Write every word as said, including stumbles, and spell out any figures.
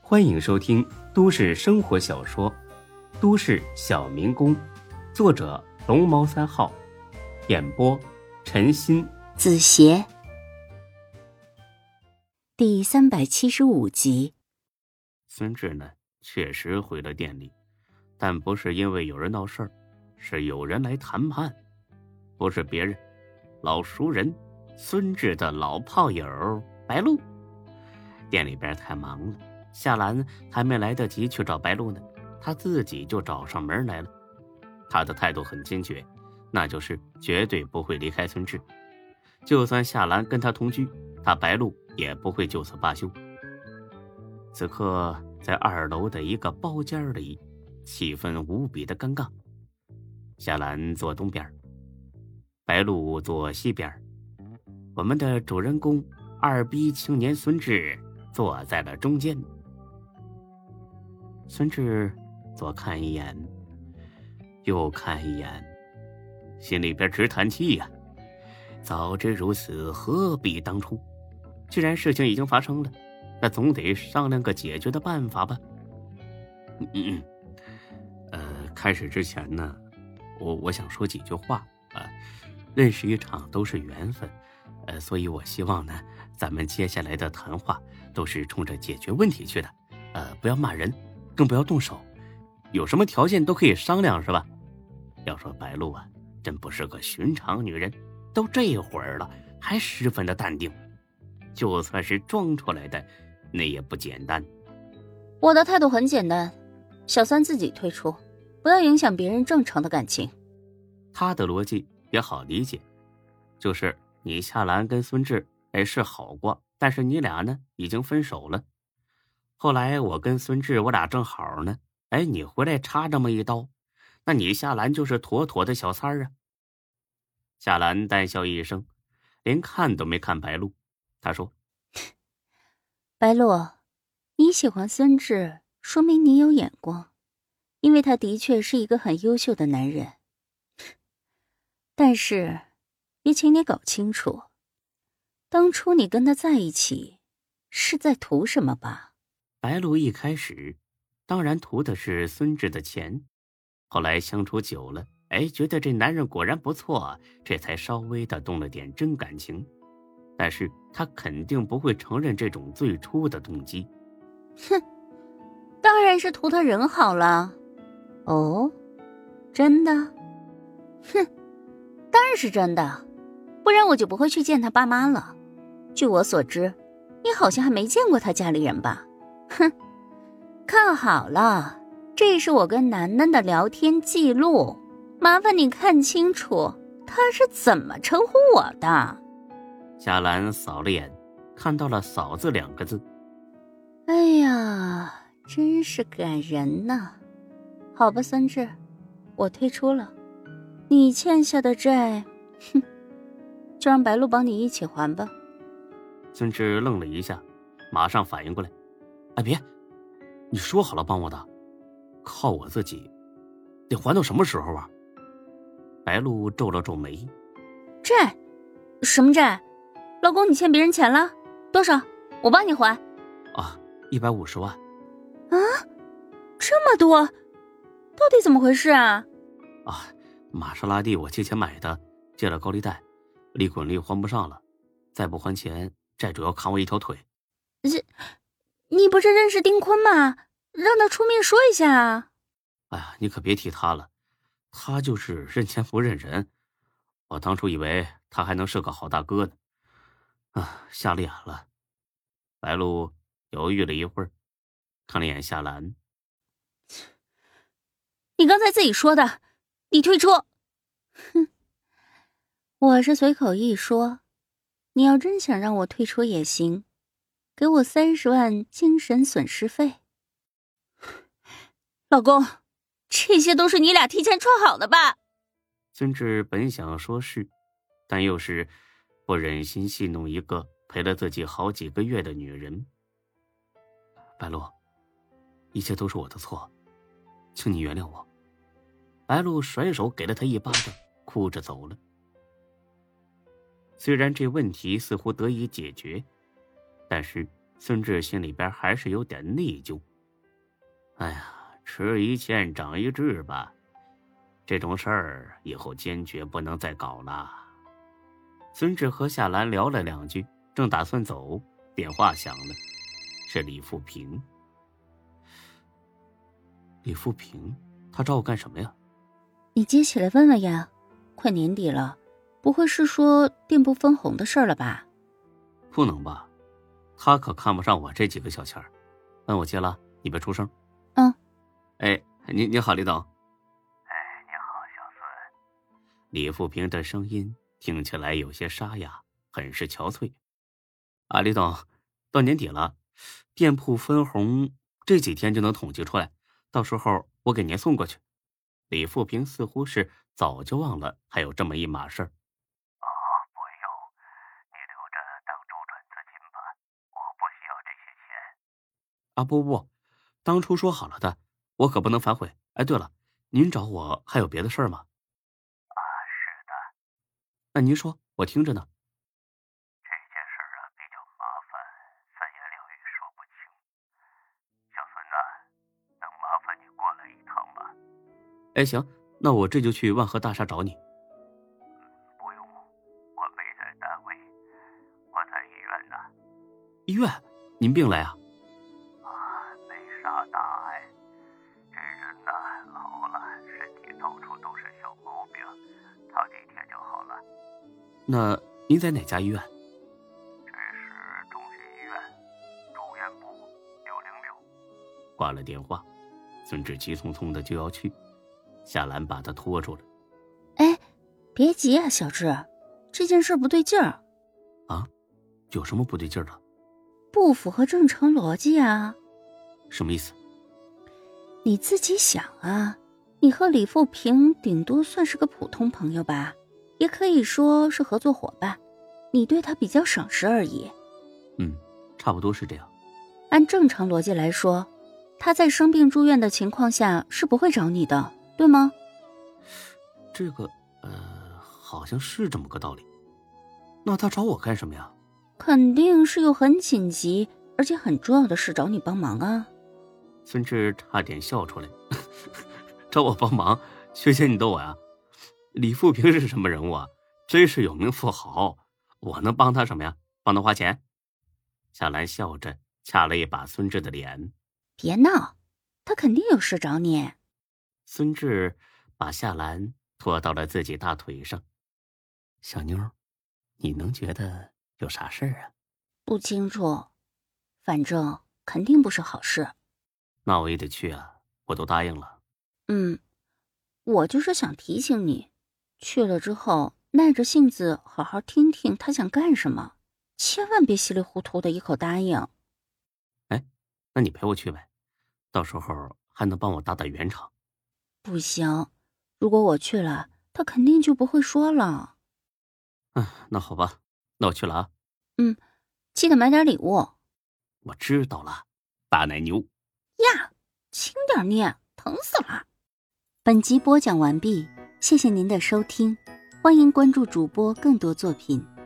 欢迎收听都市生活小说《都市小民工》，作者龙猫三号，演播陈鑫、 子邪，第三百七十五集。 孙志呢，确实回了店里，但不是因为有人闹事儿，是有人来谈判，不是别人，老熟人，孙志的老炮友白露。店里边太忙了，夏兰还没来得及去找白露呢，他自己就找上门来了。他的态度很坚决，那就是绝对不会离开孙志，就算夏兰跟他同居，他白露也不会就此罢休。此刻在二楼的一个包间里，气氛无比的尴尬。夏兰坐东边，白露坐西边，我们的主人公二逼青年孙志坐在了中间。孙志左看一眼，右看一眼，心里边直叹气呀、啊！早知如此，何必当初？既然事情已经发生了，那总得商量个解决的办法吧。嗯嗯，呃，开始之前呢，我我想说几句话啊、呃。认识一场都是缘分，呃，所以我希望呢，咱们接下来的谈话都是冲着解决问题去的，呃，不要骂人，更不要动手，有什么条件都可以商量，是吧？要说白露啊，真不是个寻常女人，都这会儿了，还十分的淡定，就算是装出来的，那也不简单。 我的态度很简单，小三自己退出，不要影响别人正常的感情。 他的逻辑也好理解，就是你夏兰跟孙志哎是好过，但是你俩呢已经分手了。后来我跟孙志我俩正好呢，哎你回来插这么一刀，那你夏兰就是妥妥的小三儿啊。夏兰淡笑一声，连看都没看白露，她说： 白露，你喜欢孙志，说明你有眼光，因为他的确是一个很优秀的男人。但是也请你搞清楚，当初你跟他在一起是在图什么吧？ 白露一开始当然图的是孙志的钱，后来相处久了，哎，觉得这男人果然不错，这才稍微的动了点真感情。但是他肯定不会承认这种最初的动机。 哼，当然是图他人好了。哦，真的？哼，当然是真的，不然我就不会去见他爸妈了。据我所知，你好像还没见过他家里人吧？哼，看好了，这是我跟楠楠的聊天记录，麻烦你看清楚他是怎么称呼我的。 夏兰扫了眼，看到了嫂子两个字。 哎呀，真是感人呐。好吧，孙志，我退出了，你欠下的债，哼，就让白露帮你一起还吧。 孙志愣了一下，马上反应过来，哎别，你说好了帮我的，靠我自己得还到什么时候啊？白露皱了皱眉， 债？什么债？老公，你欠别人钱了？多少？我帮你还。 啊，一百五十万。 啊，这么多，到底怎么回事啊？ 啊，玛莎拉蒂我借钱买的，借了高利贷，利滚利还不上了，再不还钱，债主要砍我一条腿。 这，你不是认识丁坤吗？让他出面说一下啊。 哎呀，你可别提他了，他就是认钱不认人。我当初以为他还能是个好大哥呢，啊，瞎了眼了。白露犹豫了一会儿，看了眼夏兰。 你刚才自己说的，你退出。哼，我是随口一说，你要真想让我退出也行，给我三十万精神损失费。老公，这些都是你俩提前说好的吧？ 孙志本想说是，但又是不忍心戏弄一个陪了自己好几个月的女人。白露，一切都是我的错，请你原谅我。白露甩手给了他一巴掌，哭着走了。虽然这问题似乎得以解决，但是孙志心里边还是有点内疚。哎呀，吃一堑长一智吧，这种事儿以后坚决不能再搞了。孙志和夏兰聊了两句，正打算走，电话响了，是李富平。李富平，他找我干什么呀？ 你接起来问问呀，快年底了，不会是说店铺分红的事儿了吧？ 不能吧，他可看不上我这几个小钱儿。嗯，我接了，你别出声。 嗯。 哎，你你好，李董。哎，你好，小孙。李富平的声音听起来有些沙哑，很是憔悴。啊，李董，到年底了，店铺分红这几天就能统计出来，到时候我给您送过去。李富平似乎是早就忘了还有这么一码事儿。 哦，不用，你留着当周转资金吧，我不需要这些钱。 啊，不不不，当初说好了的，我可不能反悔。哎，对了，您找我还有别的事儿吗？ 啊，是的。 那您说，我听着呢。 这件事啊比较麻烦，三言两语说不清。小孙呐，能麻烦你过来一趟吗？ 哎，行，那我这就去万和大厦找你。 不用，我没在单位，我在医院呢。 医院？您病了呀？ 啊，没啥大碍。这人呐，老了，身体到处都是小毛病，躺几天就好了。 那您在哪家医院？ 这是中心医院，住院部六零六。 挂了电话，孙志急匆匆的就要去，夏兰把他拖住了。 哎，别急啊，小志，这件事不对劲儿。 啊？有什么不对劲儿的？ 不符合正常逻辑啊。 什么意思？ 你自己想啊，你和李富平顶多算是个普通朋友吧，也可以说是合作伙伴，你对他比较赏识而已。 嗯，差不多是这样。 按正常逻辑来说，他在生病住院的情况下是不会找你的，对吗？ 这个呃，好像是这么个道理。那他找我干什么呀？ 肯定是有很紧急而且很重要的事找你帮忙啊。 孙志差点笑出来。找我帮忙？学姐你逗我呀？李富平是什么人物啊？真是有名富豪，我能帮他什么呀？帮他花钱？夏兰笑着掐了一把孙志的脸。 别闹，他肯定有事找你。 孙志把夏兰拖到了自己大腿上。小妞，你能觉得有啥事儿啊？ 不清楚，反正肯定不是好事。 那我也得去啊，我都答应了。 嗯，我就是想提醒你，去了之后耐着性子好好听听他想干什么，千万别稀里糊涂的一口答应。 哎，那你陪我去呗，到时候还能帮我打打圆场。 不行，如果我去了，他肯定就不会说了。 嗯，那好吧，那我去了啊。 嗯，记得买点礼物。 我知道了，大奶牛。 呀，轻点念，疼死了。本集播讲完毕，谢谢您的收听，欢迎关注主播更多作品。